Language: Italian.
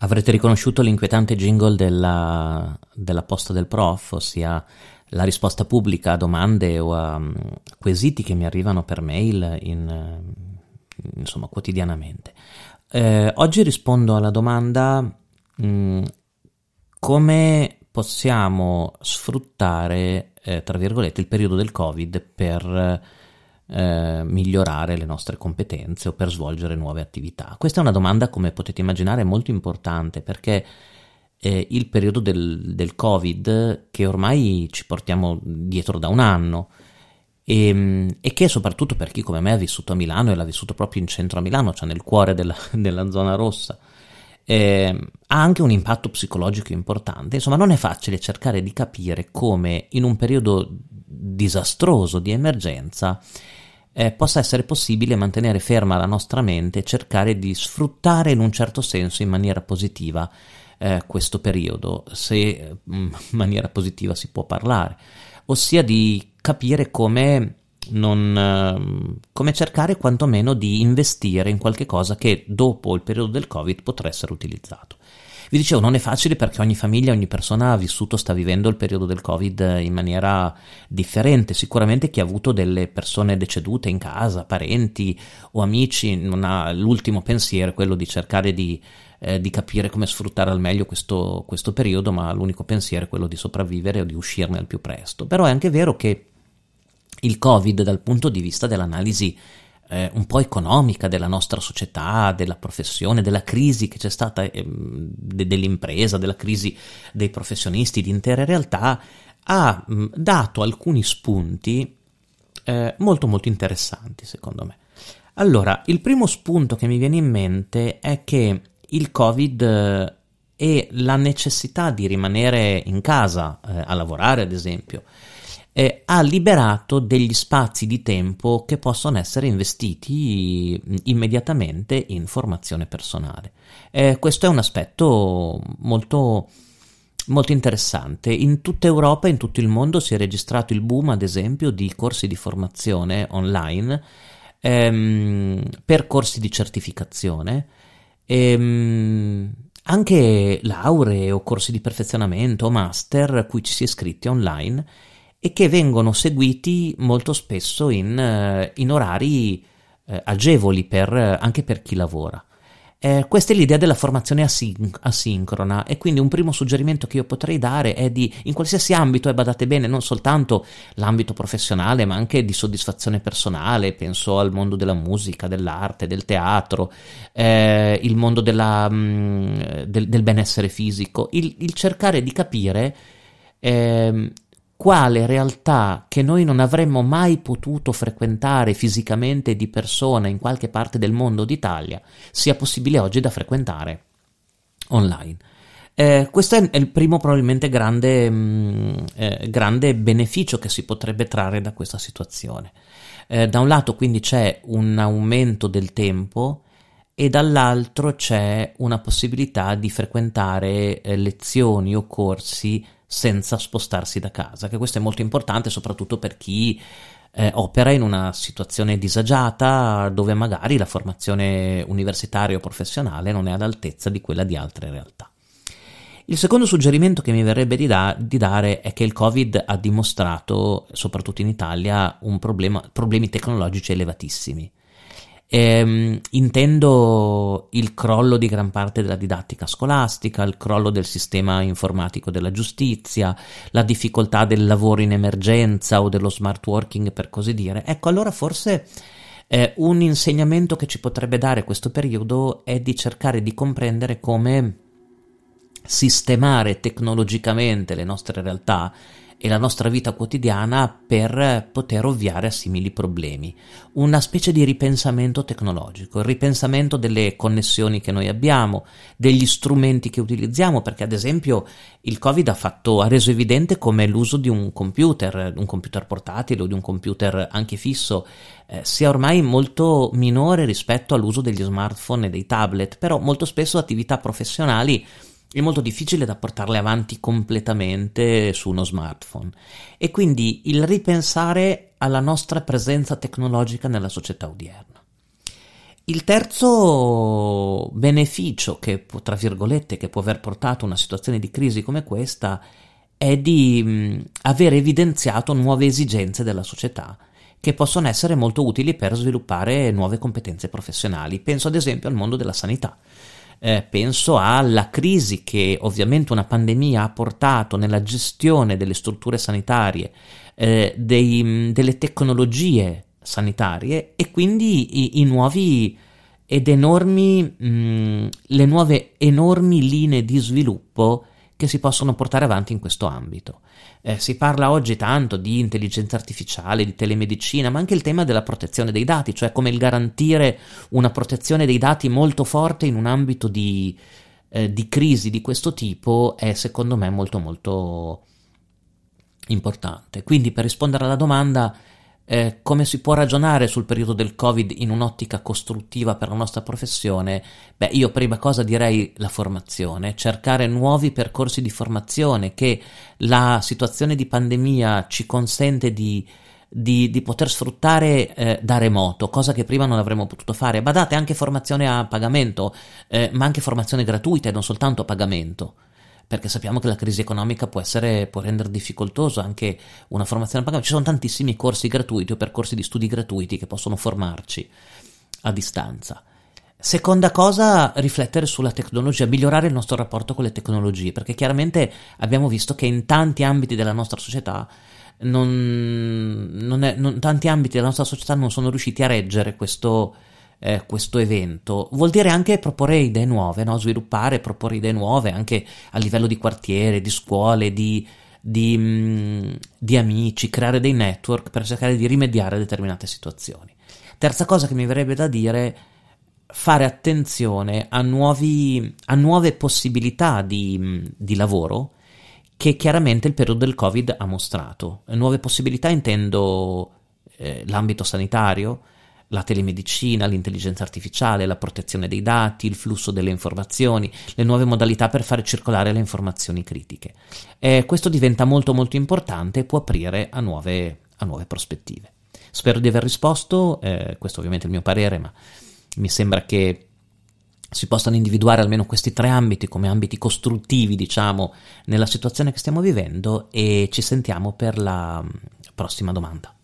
Avrete riconosciuto l'inquietante jingle della posta del prof, ossia la risposta pubblica a domande o a quesiti che mi arrivano per mail insomma quotidianamente. Oggi rispondo alla domanda come possiamo sfruttare, tra virgolette, il periodo del Covid per migliorare le nostre competenze o per svolgere nuove attività. Questa è una domanda, come potete immaginare, molto importante perché il periodo del Covid, che ormai ci portiamo dietro da un anno e che soprattutto per chi come me ha vissuto a Milano e l'ha vissuto proprio in centro a Milano, cioè nel cuore della zona rossa, ha anche un impatto psicologico importante. Insomma, non è facile cercare di capire come in un periodo disastroso di emergenza possa essere possibile mantenere ferma la nostra mente e cercare di sfruttare in un certo senso in maniera positiva questo periodo, se in maniera positiva si può parlare, ossia di capire come cercare quantomeno di investire in qualche cosa che dopo il periodo del Covid potrà essere utilizzato. Vi dicevo, non è facile perché ogni famiglia, ogni persona ha vissuto, sta vivendo il periodo del Covid in maniera differente. Sicuramente chi ha avuto delle persone decedute in casa, parenti o amici, non ha l'ultimo pensiero, quello di cercare di capire come sfruttare al meglio questo periodo, ma l'unico pensiero è quello di sopravvivere o di uscirne al più presto. Però è anche vero che il Covid, dal punto di vista dell'analisi un po' economica della nostra società, della professione, della crisi che c'è stata dell'impresa, della crisi dei professionisti, di intere realtà, ha dato alcuni spunti molto molto interessanti, secondo me. Allora, il primo spunto che mi viene in mente è che il Covid e la necessità di rimanere in casa a lavorare, ad esempio, ha liberato degli spazi di tempo che possono essere investiti immediatamente in formazione personale. Questo è un aspetto molto, molto interessante. In tutta Europa e in tutto il mondo si è registrato il boom, ad esempio, di corsi di formazione online, percorsi di certificazione, anche lauree o corsi di perfezionamento o master a cui ci si è iscritti online e che vengono seguiti molto spesso in orari agevoli anche per chi lavora. Questa è l'idea della formazione asincrona, e quindi un primo suggerimento che io potrei dare è di, in qualsiasi ambito, e badate bene, non soltanto l'ambito professionale ma anche di soddisfazione personale, penso al mondo della musica, dell'arte, del teatro, il mondo del benessere fisico, il cercare di capire quale realtà che noi non avremmo mai potuto frequentare fisicamente di persona in qualche parte del mondo d'Italia sia possibile oggi da frequentare online. Questo è il primo probabilmente grande beneficio che si potrebbe trarre da questa situazione. Da un lato quindi c'è un aumento del tempo e dall'altro c'è una possibilità di frequentare lezioni o corsi senza spostarsi da casa, che questo è molto importante soprattutto per chi opera in una situazione disagiata dove magari la formazione universitaria o professionale non è all'altezza di quella di altre realtà. Il secondo suggerimento che mi verrebbe di dare è che il Covid ha dimostrato, soprattutto in Italia, problemi tecnologici elevatissimi. Intendo il crollo di gran parte della didattica scolastica, il crollo del sistema informatico della giustizia, la difficoltà del lavoro in emergenza o dello smart working, per così dire. Ecco, allora forse un insegnamento che ci potrebbe dare questo periodo è di cercare di comprendere come sistemare tecnologicamente le nostre realtà e la nostra vita quotidiana per poter ovviare a simili problemi. Una specie di ripensamento tecnologico, il ripensamento delle connessioni che noi abbiamo, degli strumenti che utilizziamo, perché ad esempio il Covid ha reso evidente come l'uso di un computer portatile o di un computer anche fisso, sia ormai molto minore rispetto all'uso degli smartphone e dei tablet, però molto spesso attività professionali è molto difficile da portarle avanti completamente su uno smartphone, e quindi il ripensare alla nostra presenza tecnologica nella società odierna. Il terzo beneficio tra virgolette, che può aver portato una situazione di crisi come questa è di aver evidenziato nuove esigenze della società che possono essere molto utili per sviluppare nuove competenze professionali. Penso ad esempio al mondo della sanità. Penso alla crisi che ovviamente una pandemia ha portato nella gestione delle strutture sanitarie, delle tecnologie sanitarie, e quindi i nuovi ed enormi le nuove enormi linee di sviluppo che si possono portare avanti in questo ambito. Si parla oggi tanto di intelligenza artificiale, di telemedicina, ma anche il tema della protezione dei dati, cioè come il garantire una protezione dei dati molto forte in un ambito di crisi di questo tipo è secondo me molto molto importante. Quindi, per rispondere alla domanda, come si può ragionare sul periodo del Covid in un'ottica costruttiva per la nostra professione? Beh, io prima cosa direi la formazione, cercare nuovi percorsi di formazione che la situazione di pandemia ci consente di poter sfruttare da remoto, cosa che prima non avremmo potuto fare. Badate, anche formazione a pagamento, ma anche formazione gratuita e non soltanto a pagamento, perché sappiamo che la crisi economica può rendere difficoltoso anche una formazione a pagamento. Ci sono tantissimi corsi gratuiti o percorsi di studi gratuiti che possono formarci a distanza. Seconda cosa, riflettere sulla tecnologia, migliorare il nostro rapporto con le tecnologie, perché chiaramente abbiamo visto che in tanti ambiti della nostra società tanti ambiti della nostra società non sono riusciti a reggere questo evento. Vuol dire anche proporre idee nuove, no? Sviluppare e proporre idee nuove anche a livello di quartiere, di scuole, di amici, creare dei network per cercare di rimediare a determinate situazioni. Terza cosa che mi verrebbe da dire: fare attenzione a nuove possibilità di lavoro che chiaramente il periodo del Covid ha mostrato. Nuove possibilità intendo l'ambito sanitario, la telemedicina, l'intelligenza artificiale, la protezione dei dati, il flusso delle informazioni, le nuove modalità per fare circolare le informazioni critiche. Questo diventa molto molto importante e può aprire a nuove prospettive. Spero di aver risposto, questo ovviamente è il mio parere, ma mi sembra che si possano individuare almeno questi 3 ambiti come ambiti costruttivi, diciamo, nella situazione che stiamo vivendo, e ci sentiamo per la prossima domanda.